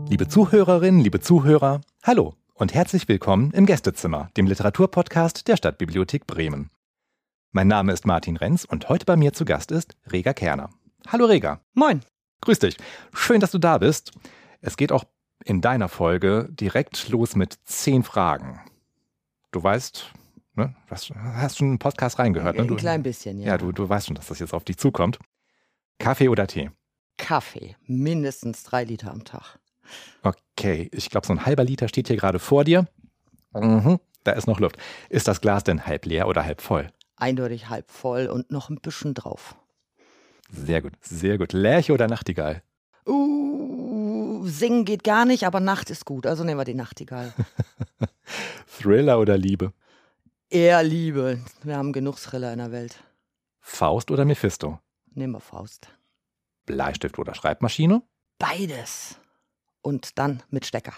Liebe Zuhörerinnen, liebe Zuhörer, hallo und herzlich willkommen im Gästezimmer, dem Literaturpodcast der Stadtbibliothek Bremen. Mein Name ist Martin Renz und heute bei mir zu Gast ist Rega Kerner. Hallo Rega. Moin. Grüß dich. Schön, dass du da bist. Es geht auch in deiner Folge direkt los mit 10 Fragen. Du weißt, ne, hast schon einen Podcast reingehört, ne? Ein klein bisschen, ja. Ja, du weißt schon, dass das jetzt auf dich zukommt. Kaffee oder Tee? Kaffee, mindestens 3 Liter am Tag. Okay, ich glaube, so ein halber Liter steht hier gerade vor dir. Da ist noch Luft. Ist das Glas denn halb leer oder halb voll? Eindeutig halb voll und noch ein bisschen drauf. Sehr gut, sehr gut. Lerche oder Nachtigall? Singen geht gar nicht, aber Nacht ist gut, also nehmen wir die Nachtigall. Thriller oder Liebe? Eher Liebe, wir haben genug Thriller in der Welt. Faust oder Mephisto? Nehmen wir Faust. Bleistift oder Schreibmaschine? Beides. Und dann mit Stecker.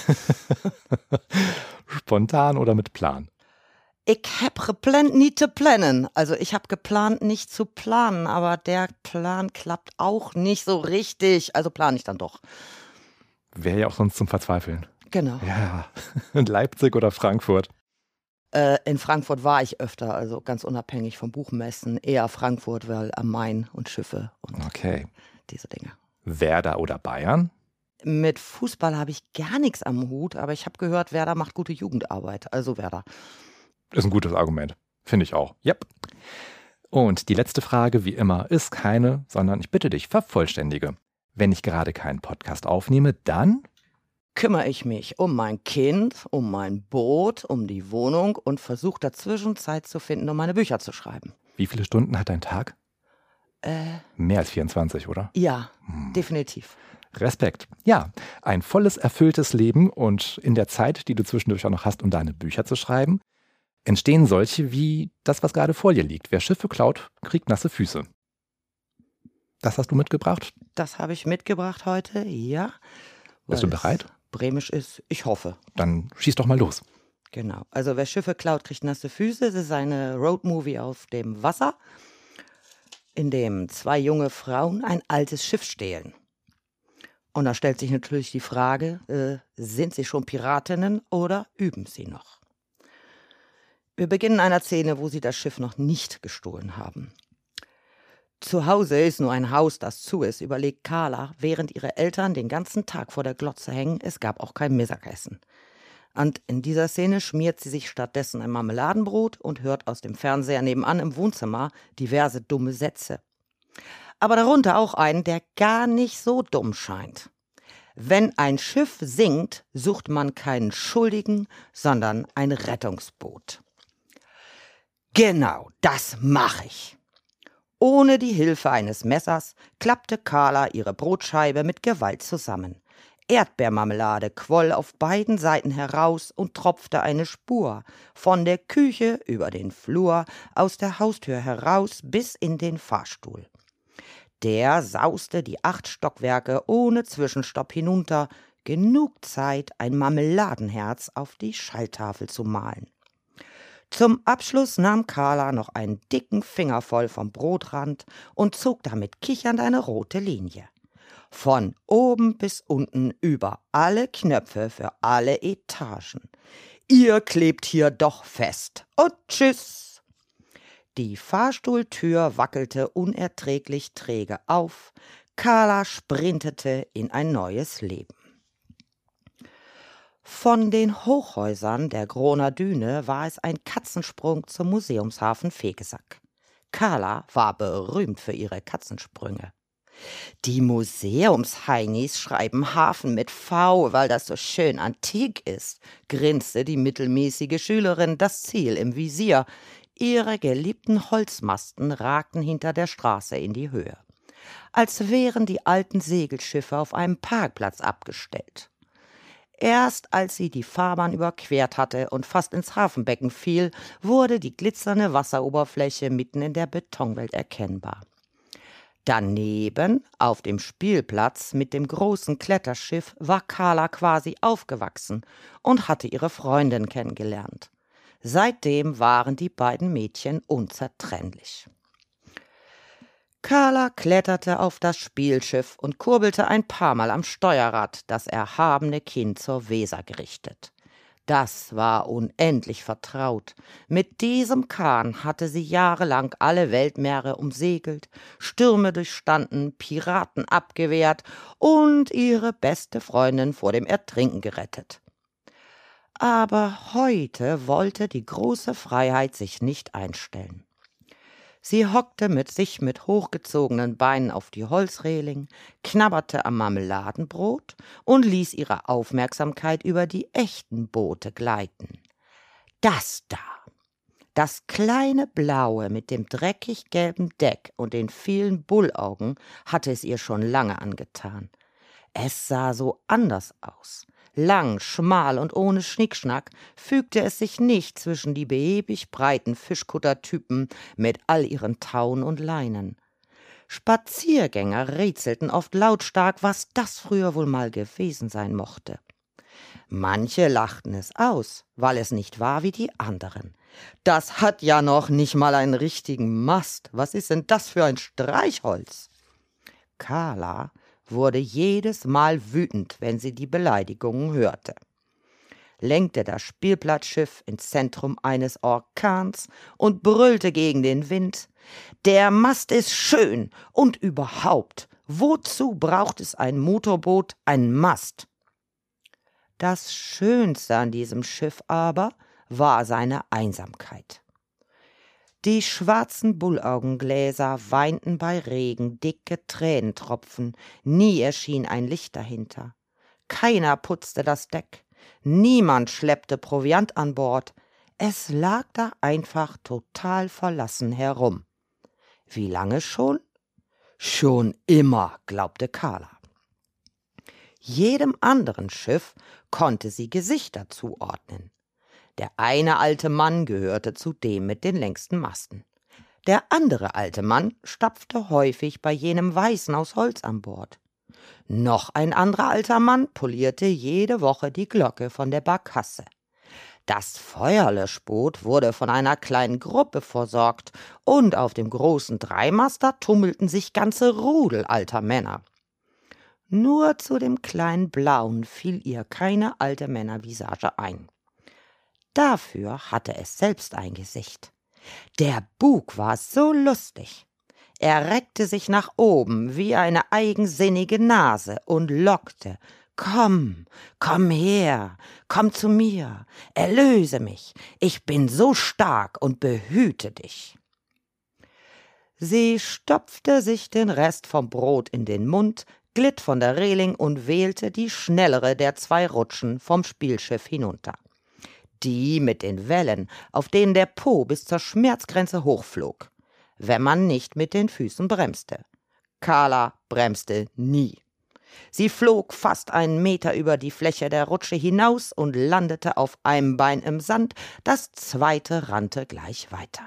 Spontan oder mit Plan? Ich hab geplant, nie zu planen. Also ich habe geplant, nicht zu planen, aber der Plan klappt auch nicht so richtig. Also plane ich dann doch. Wäre ja auch sonst zum Verzweifeln. Genau. Ja, Leipzig oder Frankfurt? In Frankfurt war ich öfter, also ganz unabhängig vom Buchmessen. Eher Frankfurt, weil am Main und Schiffe und diese Dinge. Werder oder Bayern? Mit Fußball habe ich gar nichts am Hut, aber ich habe gehört, Werder macht gute Jugendarbeit. Also Werder. Ist ein gutes Argument. Finde ich auch. Yep. Und die letzte Frage, wie immer, ist keine, sondern ich bitte dich, vervollständige. Wenn ich gerade keinen Podcast aufnehme, dann kümmere ich mich um mein Kind, um mein Boot, um die Wohnung und versuche dazwischen Zeit zu finden, um meine Bücher zu schreiben. Wie viele Stunden hat dein Tag? Mehr als 24, oder? Ja, definitiv. Respekt. Ja, ein volles, erfülltes Leben und in der Zeit, die du zwischendurch auch noch hast, um deine Bücher zu schreiben, entstehen solche wie das, was gerade vor dir liegt. Wer Schiffe klaut, kriegt nasse Füße. Das hast du mitgebracht? Das habe ich mitgebracht heute, ja. Bist du bereit? Bremisch ist, ich hoffe. Dann schieß doch mal los. Genau. Also wer Schiffe klaut, kriegt nasse Füße. Es ist eine Roadmovie auf dem Wasser, in dem 2 junge Frauen ein altes Schiff stehlen. Und da stellt sich natürlich die Frage, sind sie schon Piratinnen oder üben sie noch? Wir beginnen in einer Szene, wo sie das Schiff noch nicht gestohlen haben. Zu Hause ist nur ein Haus, das zu ist, überlegt Carla, während ihre Eltern den ganzen Tag vor der Glotze hängen. Es gab auch kein Mittagessen. Und in dieser Szene schmiert sie sich stattdessen ein Marmeladenbrot und hört aus dem Fernseher nebenan im Wohnzimmer diverse dumme Sätze. Aber darunter auch einen, der gar nicht so dumm scheint. Wenn ein Schiff sinkt, sucht man keinen Schuldigen, sondern ein Rettungsboot. Genau, das mache ich. Ohne die Hilfe eines Messers klappte Carla ihre Brotscheibe mit Gewalt zusammen. Erdbeermarmelade quoll auf beiden Seiten heraus und tropfte eine Spur von der Küche über den Flur aus der Haustür heraus bis in den Fahrstuhl. Der sauste die 8 Stockwerke ohne Zwischenstopp hinunter, genug Zeit, ein Marmeladenherz auf die Schalltafel zu malen. Zum Abschluss nahm Carla noch einen dicken Finger voll vom Brotrand und zog damit kichernd eine rote Linie. Von oben bis unten über alle Knöpfe für alle Etagen. Ihr klebt hier doch fest. Und tschüss. Die Fahrstuhltür wackelte unerträglich träge auf. Carla sprintete in ein neues Leben. Von den Hochhäusern der Groner Düne war es ein Katzensprung zum Museumshafen Vegesack. Carla war berühmt für ihre Katzensprünge. Die Museumsheinis schreiben Hafen mit V, weil das so schön antik ist, grinste die mittelmäßige Schülerin, das Ziel im Visier. Ihre geliebten Holzmasten ragten hinter der Straße in die Höhe, als wären die alten Segelschiffe auf einem Parkplatz abgestellt. Erst als sie die Fahrbahn überquert hatte und fast ins Hafenbecken fiel, wurde die glitzernde Wasseroberfläche mitten in der Betonwelt erkennbar. Daneben, auf dem Spielplatz mit dem großen Kletterschiff, war Carla quasi aufgewachsen und hatte ihre Freundin kennengelernt. Seitdem waren die beiden Mädchen unzertrennlich. Carla kletterte auf das Spielschiff und kurbelte ein paar Mal am Steuerrad, das erhabene Kinn zur Weser gerichtet. Das war unendlich vertraut. Mit diesem Kahn hatte sie jahrelang alle Weltmeere umsegelt, Stürme durchstanden, Piraten abgewehrt und ihre beste Freundin vor dem Ertrinken gerettet. Aber heute wollte die große Freiheit sich nicht einstellen. Sie hockte mit hochgezogenen Beinen auf die Holzreling, knabberte am Marmeladenbrot und ließ ihre Aufmerksamkeit über die echten Boote gleiten. Das da, das kleine Blaue mit dem dreckig gelben Deck und den vielen Bullaugen, hatte es ihr schon lange angetan. Es sah so anders aus. Lang, schmal und ohne Schnickschnack fügte es sich nicht zwischen die behäbig breiten Fischkuttertypen mit all ihren Tauen und Leinen. Spaziergänger rätselten oft lautstark, was das früher wohl mal gewesen sein mochte. Manche lachten es aus, weil es nicht war wie die anderen. Das hat ja noch nicht mal einen richtigen Mast. Was ist denn das für ein Streichholz? Carla wurde jedes Mal wütend, wenn sie die Beleidigungen hörte. Lenkte das Spielplatzschiff ins Zentrum eines Orkans und brüllte gegen den Wind: »Der Mast ist schön und überhaupt, wozu braucht es ein Motorboot, einen Mast?« Das Schönste an diesem Schiff aber war seine Einsamkeit. Die schwarzen Bullaugengläser weinten bei Regen dicke Tränentropfen, nie erschien ein Licht dahinter. Keiner putzte das Deck, niemand schleppte Proviant an Bord, es lag da einfach total verlassen herum. Wie lange schon? Schon immer, glaubte Carla. Jedem anderen Schiff konnte sie Gesichter zuordnen. Der eine alte Mann gehörte zu dem mit den längsten Masten. Der andere alte Mann stapfte häufig bei jenem Weißen aus Holz an Bord. Noch ein anderer alter Mann polierte jede Woche die Glocke von der Barkasse. Das Feuerlöschboot wurde von einer kleinen Gruppe versorgt und auf dem großen Dreimaster tummelten sich ganze Rudel alter Männer. Nur zu dem kleinen Blauen fiel ihr keine alte Männervisage ein. Dafür hatte es selbst ein Gesicht. Der Bug war so lustig. Er reckte sich nach oben wie eine eigensinnige Nase und lockte: »Komm, komm her, komm zu mir, erlöse mich, ich bin so stark und behüte dich.« Sie stopfte sich den Rest vom Brot in den Mund, glitt von der Reling und wählte die schnellere der 2 Rutschen vom Spielschiff hinunter. Die mit den Wellen, auf denen der Po bis zur Schmerzgrenze hochflog, wenn man nicht mit den Füßen bremste. Carla bremste nie. Sie flog fast einen Meter über die Fläche der Rutsche hinaus und landete auf einem Bein im Sand, das zweite rannte gleich weiter.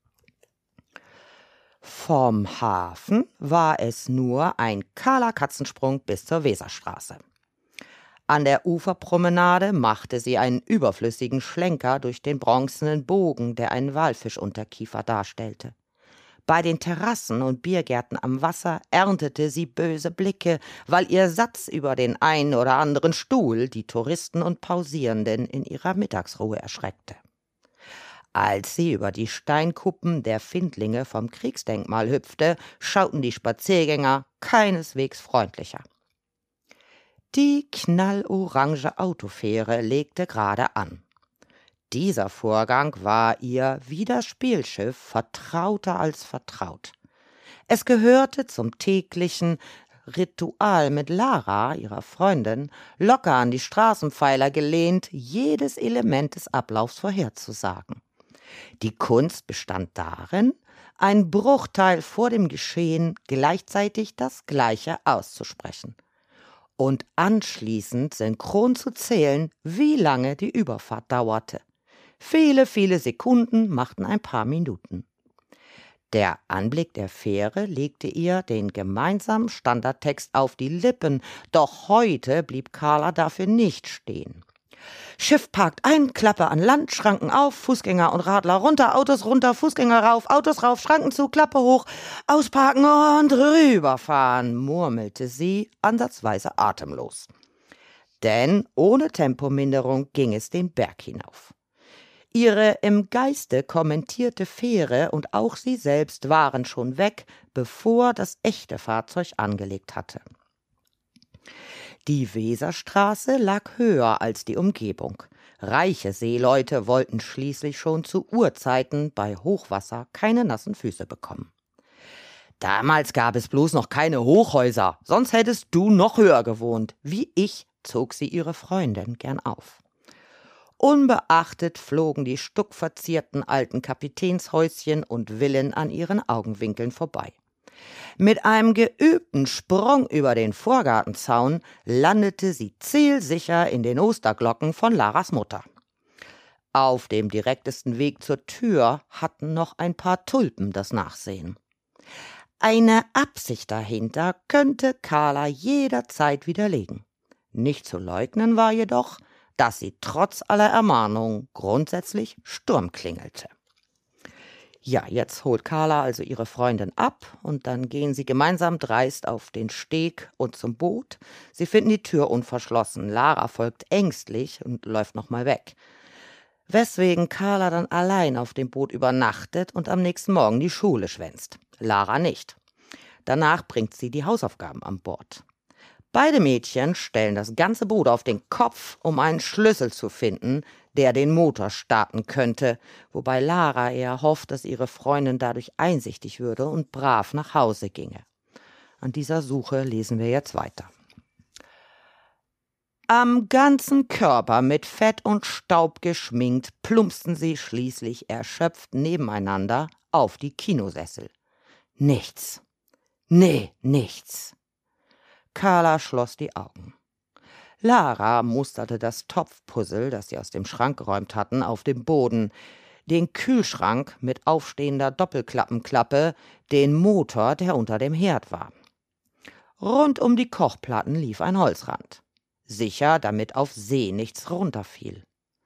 Vom Hafen war es nur ein kahler Katzensprung bis zur Weserstraße. An der Uferpromenade machte sie einen überflüssigen Schlenker durch den bronzenen Bogen, der einen Walfischunterkiefer darstellte. Bei den Terrassen und Biergärten am Wasser erntete sie böse Blicke, weil ihr Satz über den einen oder anderen Stuhl die Touristen und Pausierenden in ihrer Mittagsruhe erschreckte. Als sie über die Steinkuppen der Findlinge vom Kriegsdenkmal hüpfte, schauten die Spaziergänger keineswegs freundlicher. Die knallorange Autofähre legte gerade an. Dieser Vorgang war ihr wie das Spielschiff vertrauter als vertraut. Es gehörte zum täglichen Ritual mit Lara, ihrer Freundin, locker an die Straßenpfeiler gelehnt, jedes Element des Ablaufs vorherzusagen. Die Kunst bestand darin, einen Bruchteil vor dem Geschehen gleichzeitig das Gleiche auszusprechen und anschließend synchron zu zählen, wie lange die Überfahrt dauerte. Viele, viele Sekunden machten ein paar Minuten. Der Anblick der Fähre legte ihr den gemeinsamen Standardtext auf die Lippen, doch heute blieb Carla dafür nicht stehen. Schiff parkt ein, Klappe an Land, Schranken auf, Fußgänger und Radler runter, Autos runter, Fußgänger rauf, Autos rauf, Schranken zu, Klappe hoch, ausparken und rüberfahren, murmelte sie, ansatzweise atemlos. Denn ohne Tempominderung ging es den Berg hinauf. Ihre im Geiste kommentierte Fähre und auch sie selbst waren schon weg, bevor das echte Fahrzeug angelegt hatte. Die Weserstraße lag höher als die Umgebung. Reiche Seeleute wollten schließlich schon zu Urzeiten bei Hochwasser keine nassen Füße bekommen. Damals gab es bloß noch keine Hochhäuser, sonst hättest du noch höher gewohnt. Wie ich, zog sie ihre Freundin gern auf. Unbeachtet flogen die stuckverzierten alten Kapitänshäuschen und Villen an ihren Augenwinkeln vorbei. Mit einem geübten Sprung über den Vorgartenzaun landete sie zielsicher in den Osterglocken von Laras Mutter. Auf dem direktesten Weg zur Tür hatten noch ein paar Tulpen das Nachsehen. Eine Absicht dahinter könnte Carla jederzeit widerlegen. Nicht zu leugnen war jedoch, dass sie trotz aller Ermahnungen grundsätzlich Sturm klingelte. Ja, jetzt holt Carla also ihre Freundin ab und dann gehen sie gemeinsam dreist auf den Steg und zum Boot. Sie finden die Tür unverschlossen. Lara folgt ängstlich und läuft nochmal weg. Weswegen Carla dann allein auf dem Boot übernachtet und am nächsten Morgen die Schule schwänzt. Lara nicht. Danach bringt sie die Hausaufgaben an Bord. Beide Mädchen stellen das ganze Boot auf den Kopf, um einen Schlüssel zu finden, der den Motor starten könnte, wobei Lara eher hofft, dass ihre Freundin dadurch einsichtig würde und brav nach Hause ginge. An dieser Suche lesen wir jetzt weiter. Am ganzen Körper mit Fett und Staub geschminkt, plumpsten sie schließlich erschöpft nebeneinander auf die Kinosessel. Nichts. Nee, nichts. Carla schloss die Augen. Lara musterte das Topfpuzzle, das sie aus dem Schrank geräumt hatten, auf dem Boden, den Kühlschrank mit aufstehender Doppelklappenklappe, den Motor, der unter dem Herd war. Rund um die Kochplatten lief ein Holzrand. Sicher, damit auf See nichts runterfiel.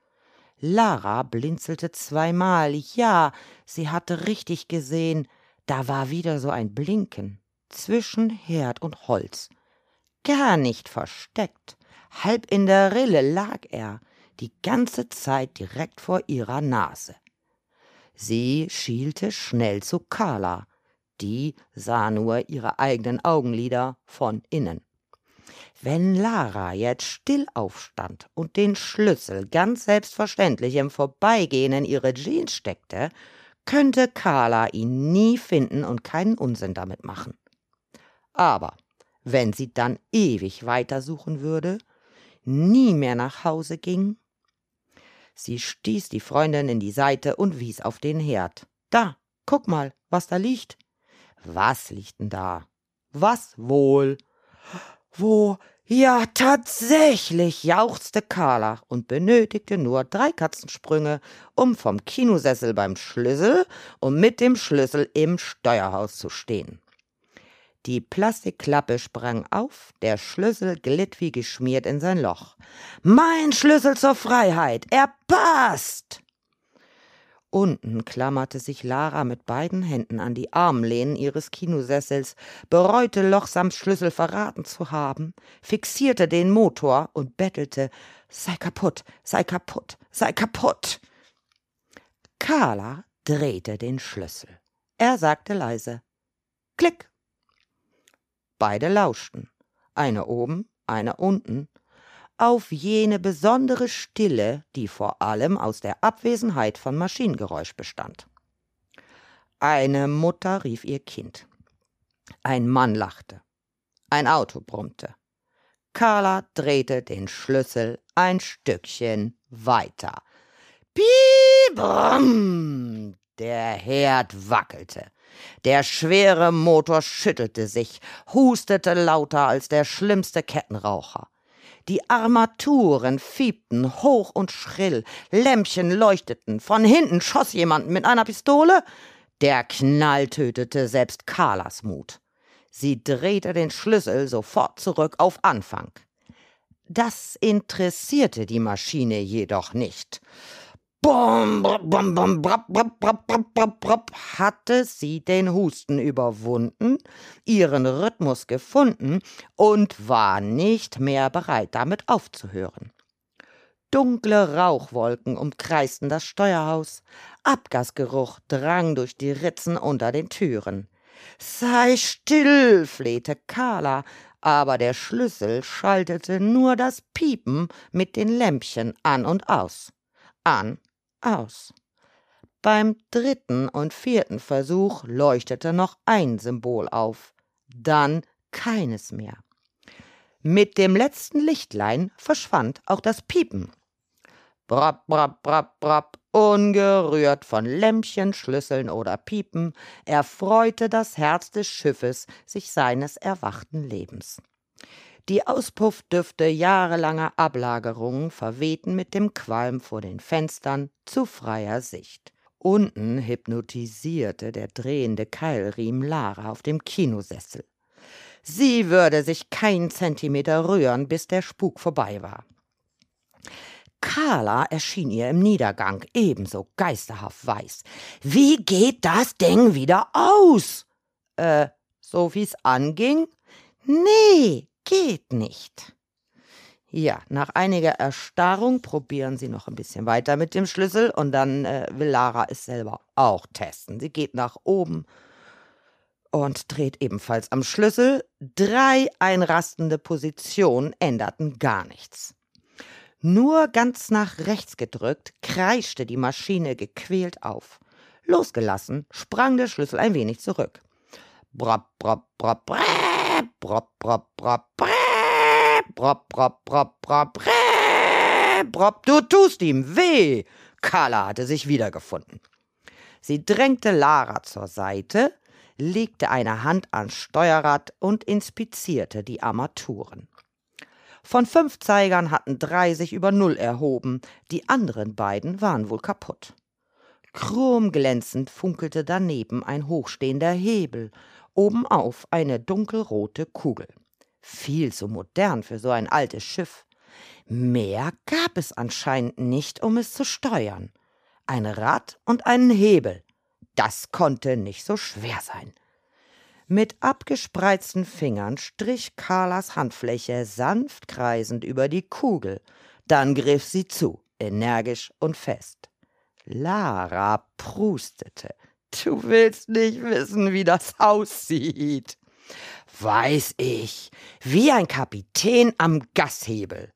Lara blinzelte zweimal. Ja, sie hatte richtig gesehen, da war wieder so ein Blinken zwischen Herd und Holz. Gar nicht versteckt, halb in der Rille lag er, die ganze Zeit direkt vor ihrer Nase. Sie schielte schnell zu Carla, die sah nur ihre eigenen Augenlider von innen. Wenn Lara jetzt still aufstand und den Schlüssel ganz selbstverständlich im Vorbeigehen in ihre Jeans steckte, könnte Carla ihn nie finden und keinen Unsinn damit machen. Aber wenn sie dann ewig weitersuchen würde, nie mehr nach Hause ging? Sie stieß die Freundin in die Seite und wies auf den Herd. Da, guck mal, was da liegt. Was liegt denn da? Was wohl? Wo? Ja, tatsächlich, jauchzte Carla und benötigte nur 3 Katzensprünge, um vom Kinosessel beim Schlüssel und mit dem Schlüssel im Steuerhaus zu stehen. Die Plastikklappe sprang auf, der Schlüssel glitt wie geschmiert in sein Loch. »Mein Schlüssel zur Freiheit, er passt!« Unten klammerte sich Lara mit beiden Händen an die Armlehnen ihres Kinosessels, bereute Lochsams Schlüssel verraten zu haben, fixierte den Motor und bettelte, »Sei kaputt, sei kaputt, sei kaputt!« Carla drehte den Schlüssel. Er sagte leise, »Klick!« Beide lauschten, eine oben, eine unten, auf jene besondere Stille, die vor allem aus der Abwesenheit von Maschinengeräusch bestand. Eine Mutter rief ihr Kind. Ein Mann lachte. Ein Auto brummte. Carla drehte den Schlüssel ein Stückchen weiter. Piep, brumm! Der Herd wackelte. Der schwere Motor schüttelte sich, hustete lauter als der schlimmste Kettenraucher. Die Armaturen fiebten hoch und schrill, Lämpchen leuchteten, von hinten schoss jemand mit einer Pistole. Der Knall tötete selbst Carlas Mut. Sie drehte den Schlüssel sofort zurück auf Anfang. Das interessierte die Maschine jedoch nicht. Bum, bum, bum, bum, brap, brap, brap, brap, brap, brap, hatte sie den Husten überwunden, ihren Rhythmus gefunden und war nicht mehr bereit, damit aufzuhören. Dunkle Rauchwolken umkreisten das Steuerhaus, Abgasgeruch drang durch die Ritzen unter den Türen. »Sei still«, flehte Carla, aber der Schlüssel schaltete nur das Piepen mit den Lämpchen an und aus. An, aus. Beim 3. und 4. Versuch leuchtete noch ein Symbol auf, dann keines mehr. Mit dem letzten Lichtlein verschwand auch das Piepen. Brap, brap, brap, brap, ungerührt von Lämpchen, Schlüsseln oder Piepen, erfreute das Herz des Schiffes sich seines erwachten Lebens. Die Auspuffdüfte jahrelanger Ablagerungen verwehten mit dem Qualm vor den Fenstern zu freier Sicht. Unten hypnotisierte der drehende Keilriemen Lara auf dem Kinosessel. Sie würde sich keinen Zentimeter rühren, bis der Spuk vorbei war. Carla erschien ihr im Niedergang ebenso geisterhaft weiß. »Wie geht das Ding wieder aus?« So wie's anging? »Nee, geht nicht.« Ja, nach einiger Erstarrung probieren sie noch ein bisschen weiter mit dem Schlüssel und dann will Lara es selber auch testen. Sie geht nach oben und dreht ebenfalls am Schlüssel. 3 einrastende Positionen änderten gar nichts. Nur ganz nach rechts gedrückt, kreischte die Maschine gequält auf. Losgelassen sprang der Schlüssel ein wenig zurück. Brap, brap, brap, brap, brap, brap, brap, brap, brap, brap, brap, brap, du tust ihm weh! Carla hatte sich wiedergefunden. Sie drängte Lara zur Seite, legte eine Hand ans Steuerrad und inspizierte die Armaturen. Von 5 Zeigern hatten 3 sich über 0 erhoben, die anderen beiden waren wohl kaputt. Chromglänzend funkelte daneben ein hochstehender Hebel, obenauf eine dunkelrote Kugel. Viel zu modern für so ein altes Schiff. Mehr gab es anscheinend nicht, um es zu steuern. Ein Rad und einen Hebel. Das konnte nicht so schwer sein. Mit abgespreizten Fingern strich Carlas Handfläche sanft kreisend über die Kugel. Dann griff sie zu, energisch und fest. Lara prustete. »Du willst nicht wissen, wie das aussieht.« »Weiß ich, wie ein Kapitän am Gashebel.«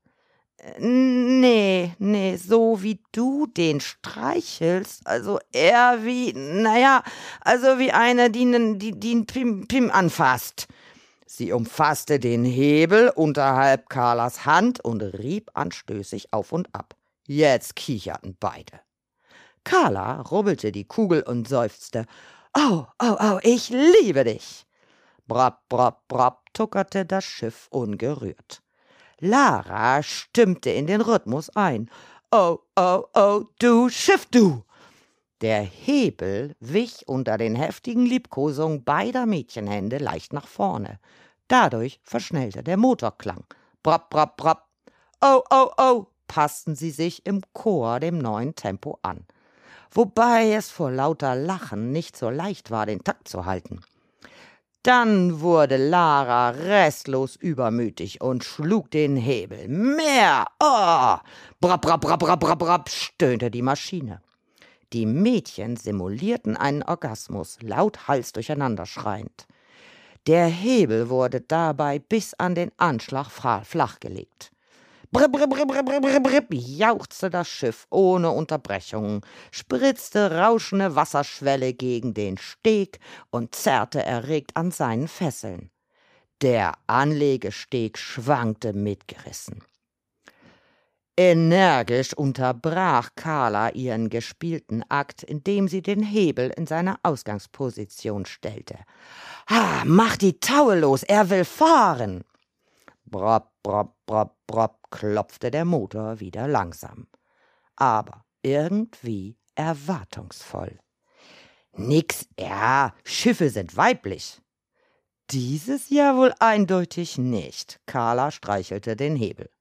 Nee, so wie du den streichelst, also eher wie, wie eine, die einen Pim anfasst.« Sie umfasste den Hebel unterhalb Carlas Hand und rieb anstößig auf und ab. Jetzt kicherten beide. Carla rubbelte die Kugel und seufzte. »Oh, ich liebe dich!« Brap, brap, brap, tuckerte das Schiff ungerührt. Lara stimmte in den Rhythmus ein. »Oh, du Schiff, du!« Der Hebel wich unter den heftigen Liebkosungen beider Mädchenhände leicht nach vorne. Dadurch verschnellte der Motorklang. Brap, brap, brap. Oh, passten sie sich im Chor dem neuen Tempo an. Wobei es vor lauter Lachen nicht so leicht war, den Takt zu halten. Dann wurde Lara restlos übermütig und schlug den Hebel. »Mehr! Oh!« Brap, brap, brap, brap, brap, brap, stöhnte die Maschine. Die Mädchen simulierten einen Orgasmus, lauthals durcheinander schreiend. Der Hebel wurde dabei bis an den Anschlag flachgelegt. Brip, brip, brip, brip, brip, brip, jauchzte das Schiff ohne Unterbrechung, spritzte rauschende Wasserschwälle gegen den Steg und zerrte erregt an seinen Fesseln. Der Anlegesteg schwankte mitgerissen. Energisch unterbrach Carla ihren gespielten Akt, indem sie den Hebel in seine Ausgangsposition stellte. »Mach die Taue los, er will fahren!« Brap, brap, brap, brap, klopfte der Motor wieder langsam. Aber irgendwie erwartungsvoll. »Nix, Schiffe sind weiblich.« »Dieses Jahr wohl eindeutig nicht.« Carla streichelte den Hebel.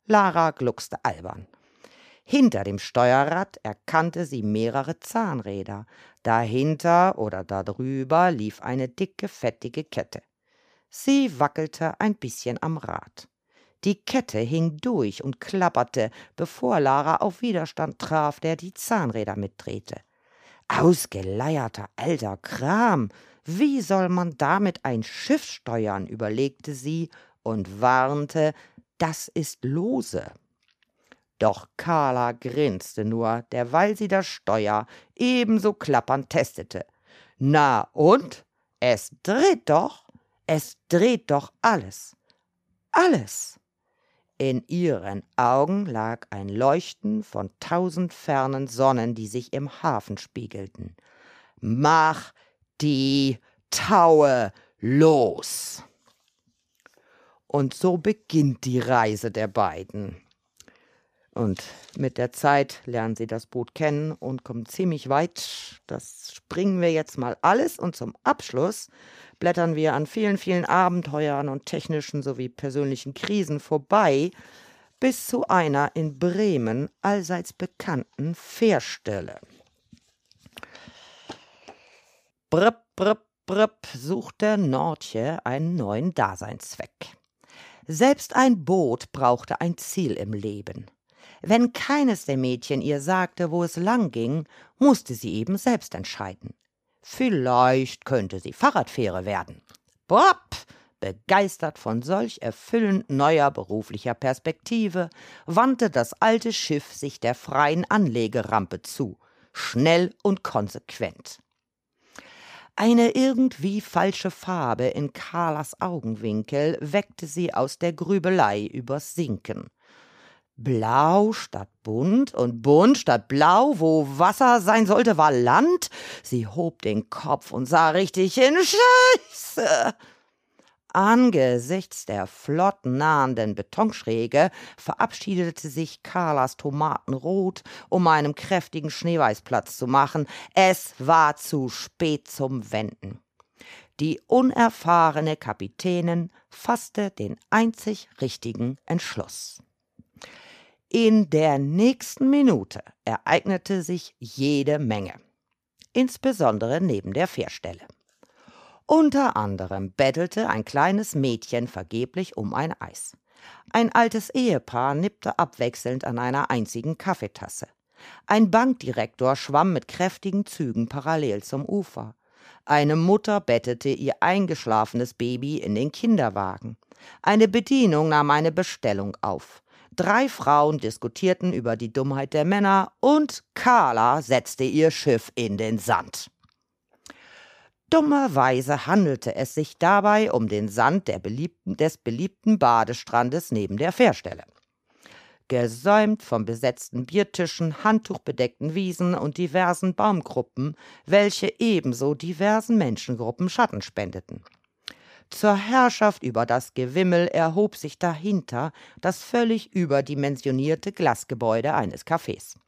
Lara gluckste albern. Hinter dem Steuerrad erkannte sie mehrere Zahnräder. Dahinter oder darüber lief eine dicke, fettige Kette. Sie wackelte ein bisschen am Rad. Die Kette hing durch und klapperte, bevor Lara auf Widerstand traf, der die Zahnräder mitdrehte. Ausgeleierter alter Kram! Wie soll man damit ein Schiff steuern, überlegte sie und warnte, das ist lose. Doch Carla grinste nur, derweil sie das Steuer ebenso klappernd testete. »Na und? Es dreht doch alles. Alles!« In ihren Augen lag ein Leuchten von 1000 fernen Sonnen, die sich im Hafen spiegelten. »Mach die Taue los!« Und so beginnt die Reise der beiden. Und mit der Zeit lernen sie das Boot kennen und kommen ziemlich weit. Das springen wir jetzt mal alles. Und zum Abschluss blättern wir an vielen, vielen Abenteuern und technischen sowie persönlichen Krisen vorbei, bis zu einer in Bremen allseits bekannten Fährstelle. Brip, brip, brip, sucht der Nordje einen neuen Daseinszweck. Selbst ein Boot brauchte ein Ziel im Leben. Wenn keines der Mädchen ihr sagte, wo es lang ging, musste sie eben selbst entscheiden. Vielleicht könnte sie Fahrradfähre werden. Bopp! Begeistert von solch erfüllend neuer beruflicher Perspektive, wandte das alte Schiff sich der freien Anlegerampe zu, schnell und konsequent. Eine irgendwie falsche Farbe in Carlas Augenwinkel weckte sie aus der Grübelei übers Sinken. Blau statt bunt und bunt statt blau, wo Wasser sein sollte, war Land. Sie hob den Kopf und sah richtig hin. Scheiße! Angesichts der flott nahenden Betonschräge verabschiedete sich Carlas Tomatenrot, um einem kräftigen Schneeweiß Platz zu machen. Es war zu spät zum Wenden. Die unerfahrene Kapitänin fasste den einzig richtigen Entschluss. In der nächsten Minute ereignete sich jede Menge, insbesondere neben der Fährstelle. Unter anderem bettelte ein kleines Mädchen vergeblich um ein Eis. Ein altes Ehepaar nippte abwechselnd an einer einzigen Kaffeetasse. Ein Bankdirektor schwamm mit kräftigen Zügen parallel zum Ufer. Eine Mutter bettete ihr eingeschlafenes Baby in den Kinderwagen. Eine Bedienung nahm eine Bestellung auf. 3 Frauen diskutierten über die Dummheit der Männer und Carla setzte ihr Schiff in den Sand. Dummerweise handelte es sich dabei um den Sand des beliebten Badestrandes neben der Fährstelle. Gesäumt von besetzten Biertischen, handtuchbedeckten Wiesen und diversen Baumgruppen, welche ebenso diversen Menschengruppen Schatten spendeten. Zur Herrschaft über das Gewimmel erhob sich dahinter das völlig überdimensionierte Glasgebäude eines Cafés.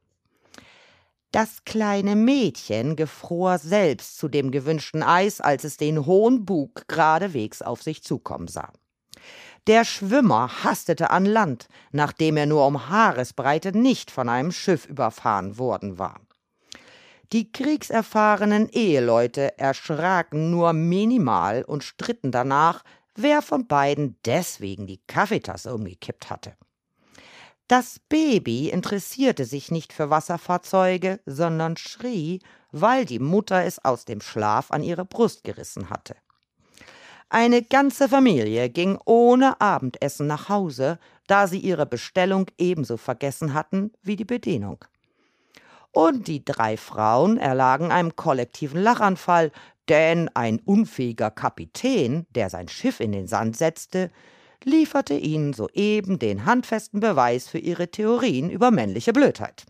Das kleine Mädchen gefror selbst zu dem gewünschten Eis, als es den hohen Bug geradewegs auf sich zukommen sah. Der Schwimmer hastete an Land, nachdem er nur um Haaresbreite nicht von einem Schiff überfahren worden war. Die kriegserfahrenen Eheleute erschraken nur minimal und stritten danach, wer von beiden deswegen die Kaffeetasse umgekippt hatte. Das Baby interessierte sich nicht für Wasserfahrzeuge, sondern schrie, weil die Mutter es aus dem Schlaf an ihre Brust gerissen hatte. Eine ganze Familie ging ohne Abendessen nach Hause, da sie ihre Bestellung ebenso vergessen hatten wie die Bedienung. Und die 3 Frauen erlagen einem kollektiven Lachanfall, denn ein unfähiger Kapitän, der sein Schiff in den Sand setzte, lieferte ihnen soeben den handfesten Beweis für ihre Theorien über männliche Blödheit.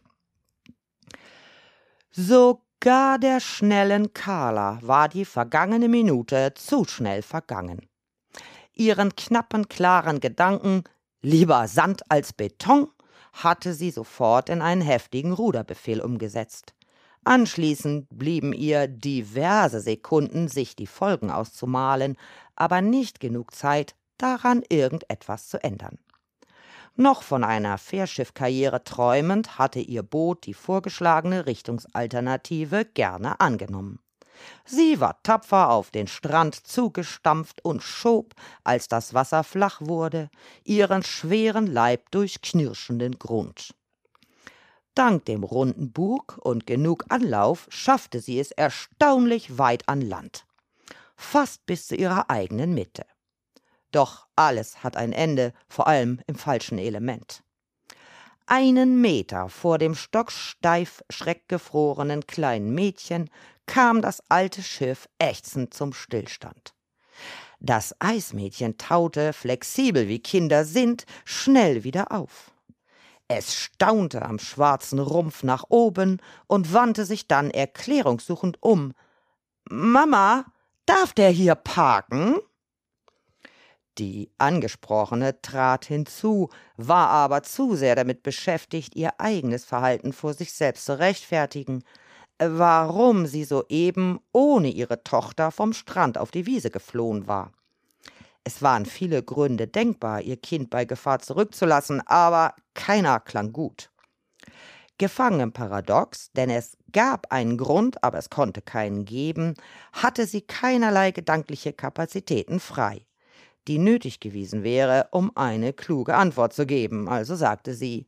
Sogar der schnellen Carla war die vergangene Minute zu schnell vergangen. Ihren knappen, klaren Gedanken, lieber Sand als Beton, hatte sie sofort in einen heftigen Ruderbefehl umgesetzt. Anschließend blieben ihr diverse Sekunden, sich die Folgen auszumalen, aber nicht genug Zeit, daran irgendetwas zu ändern. Noch von einer Fährschiffkarriere träumend hatte ihr Boot die vorgeschlagene Richtungsalternative gerne angenommen. Sie war tapfer auf den Strand zugestampft und schob, als das Wasser flach wurde, ihren schweren Leib durch knirschenden Grund. Dank dem runden Bug und genug Anlauf schaffte sie es erstaunlich weit an Land, fast bis zu ihrer eigenen Mitte. Doch alles hat ein Ende, vor allem im falschen Element. 1 Meter vor dem stocksteif schreckgefrorenen kleinen Mädchen kam das alte Schiff ächzend zum Stillstand. Das Eismädchen taute, flexibel wie Kinder sind, schnell wieder auf. Es staunte am schwarzen Rumpf nach oben und wandte sich dann erklärungssuchend um. »Mama, darf der hier parken?« Die Angesprochene trat hinzu, war aber zu sehr damit beschäftigt, ihr eigenes Verhalten vor sich selbst zu rechtfertigen, warum sie soeben ohne ihre Tochter vom Strand auf die Wiese geflohen war. Es waren viele Gründe denkbar, ihr Kind bei Gefahr zurückzulassen, aber keiner klang gut. Gefangen im Paradox, denn es gab einen Grund, aber es konnte keinen geben, hatte sie keinerlei gedankliche Kapazitäten frei, die nötig gewesen wäre, um eine kluge Antwort zu geben. Also sagte sie,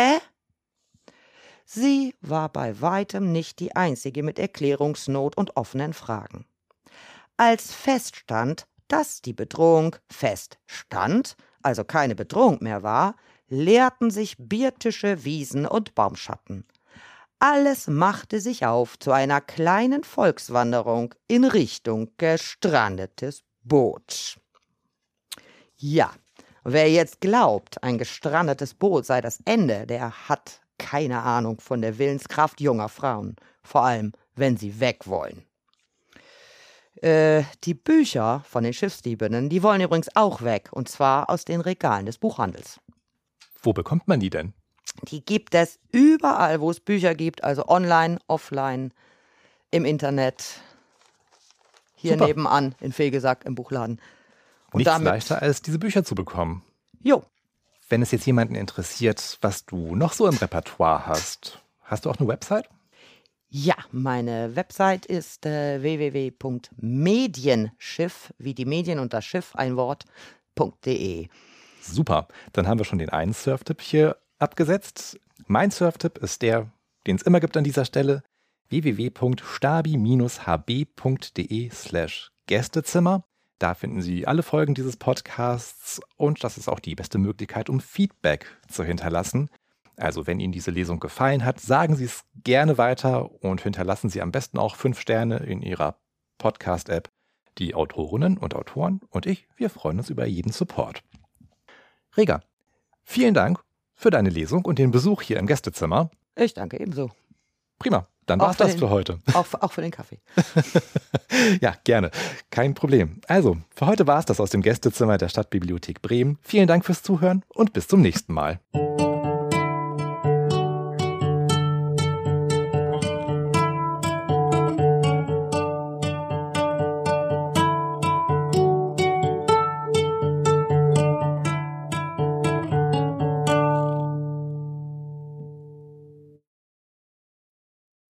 Sie war bei weitem nicht die Einzige mit Erklärungsnot und offenen Fragen. Als feststand, dass die Bedrohung feststand, also keine Bedrohung mehr war, leerten sich Biertische, Wiesen und Baumschatten. Alles machte sich auf zu einer kleinen Volkswanderung in Richtung gestrandetes Boot. Ja, wer jetzt glaubt, ein gestrandetes Boot sei das Ende, der hat keine Ahnung von der Willenskraft junger Frauen, vor allem, wenn sie weg wollen. Die Bücher von den Schiffsdiebinnen, die wollen übrigens auch weg, und zwar aus den Regalen des Buchhandels. Wo bekommt man die denn? Die gibt es überall, wo es Bücher gibt, also online, offline, im Internet, hier Super. Nebenan, in Fegesack im Buchladen. Und Nichts damit, leichter, als diese Bücher zu bekommen. Jo, Wenn es jetzt jemanden interessiert, was du noch so im Repertoire hast, hast du auch eine Website? ja, meine Website ist www.medienschiff, wie die Medien und das Schiff, ein Wort.de. Super, dann haben wir schon den einen Surftipp hier abgesetzt. Mein Surftipp ist der, den es immer gibt an dieser Stelle, www.stabi-hb.de/Gästezimmer. Da finden Sie alle Folgen dieses Podcasts und das ist auch die beste Möglichkeit, um Feedback zu hinterlassen. Also wenn Ihnen diese Lesung gefallen hat, sagen Sie es gerne weiter und hinterlassen Sie am besten auch 5 Sterne in Ihrer Podcast-App. Die Autorinnen und Autoren und ich, wir freuen uns über jeden Support. Rega, vielen Dank für deine Lesung und den Besuch hier im Gästezimmer. Ich danke ebenso. Prima, dann war's das für heute. Auch für den Kaffee. Ja, gerne. Kein Problem. Also, für heute war es das aus dem Gästezimmer der Stadtbibliothek Bremen. Vielen Dank fürs Zuhören und bis zum nächsten Mal.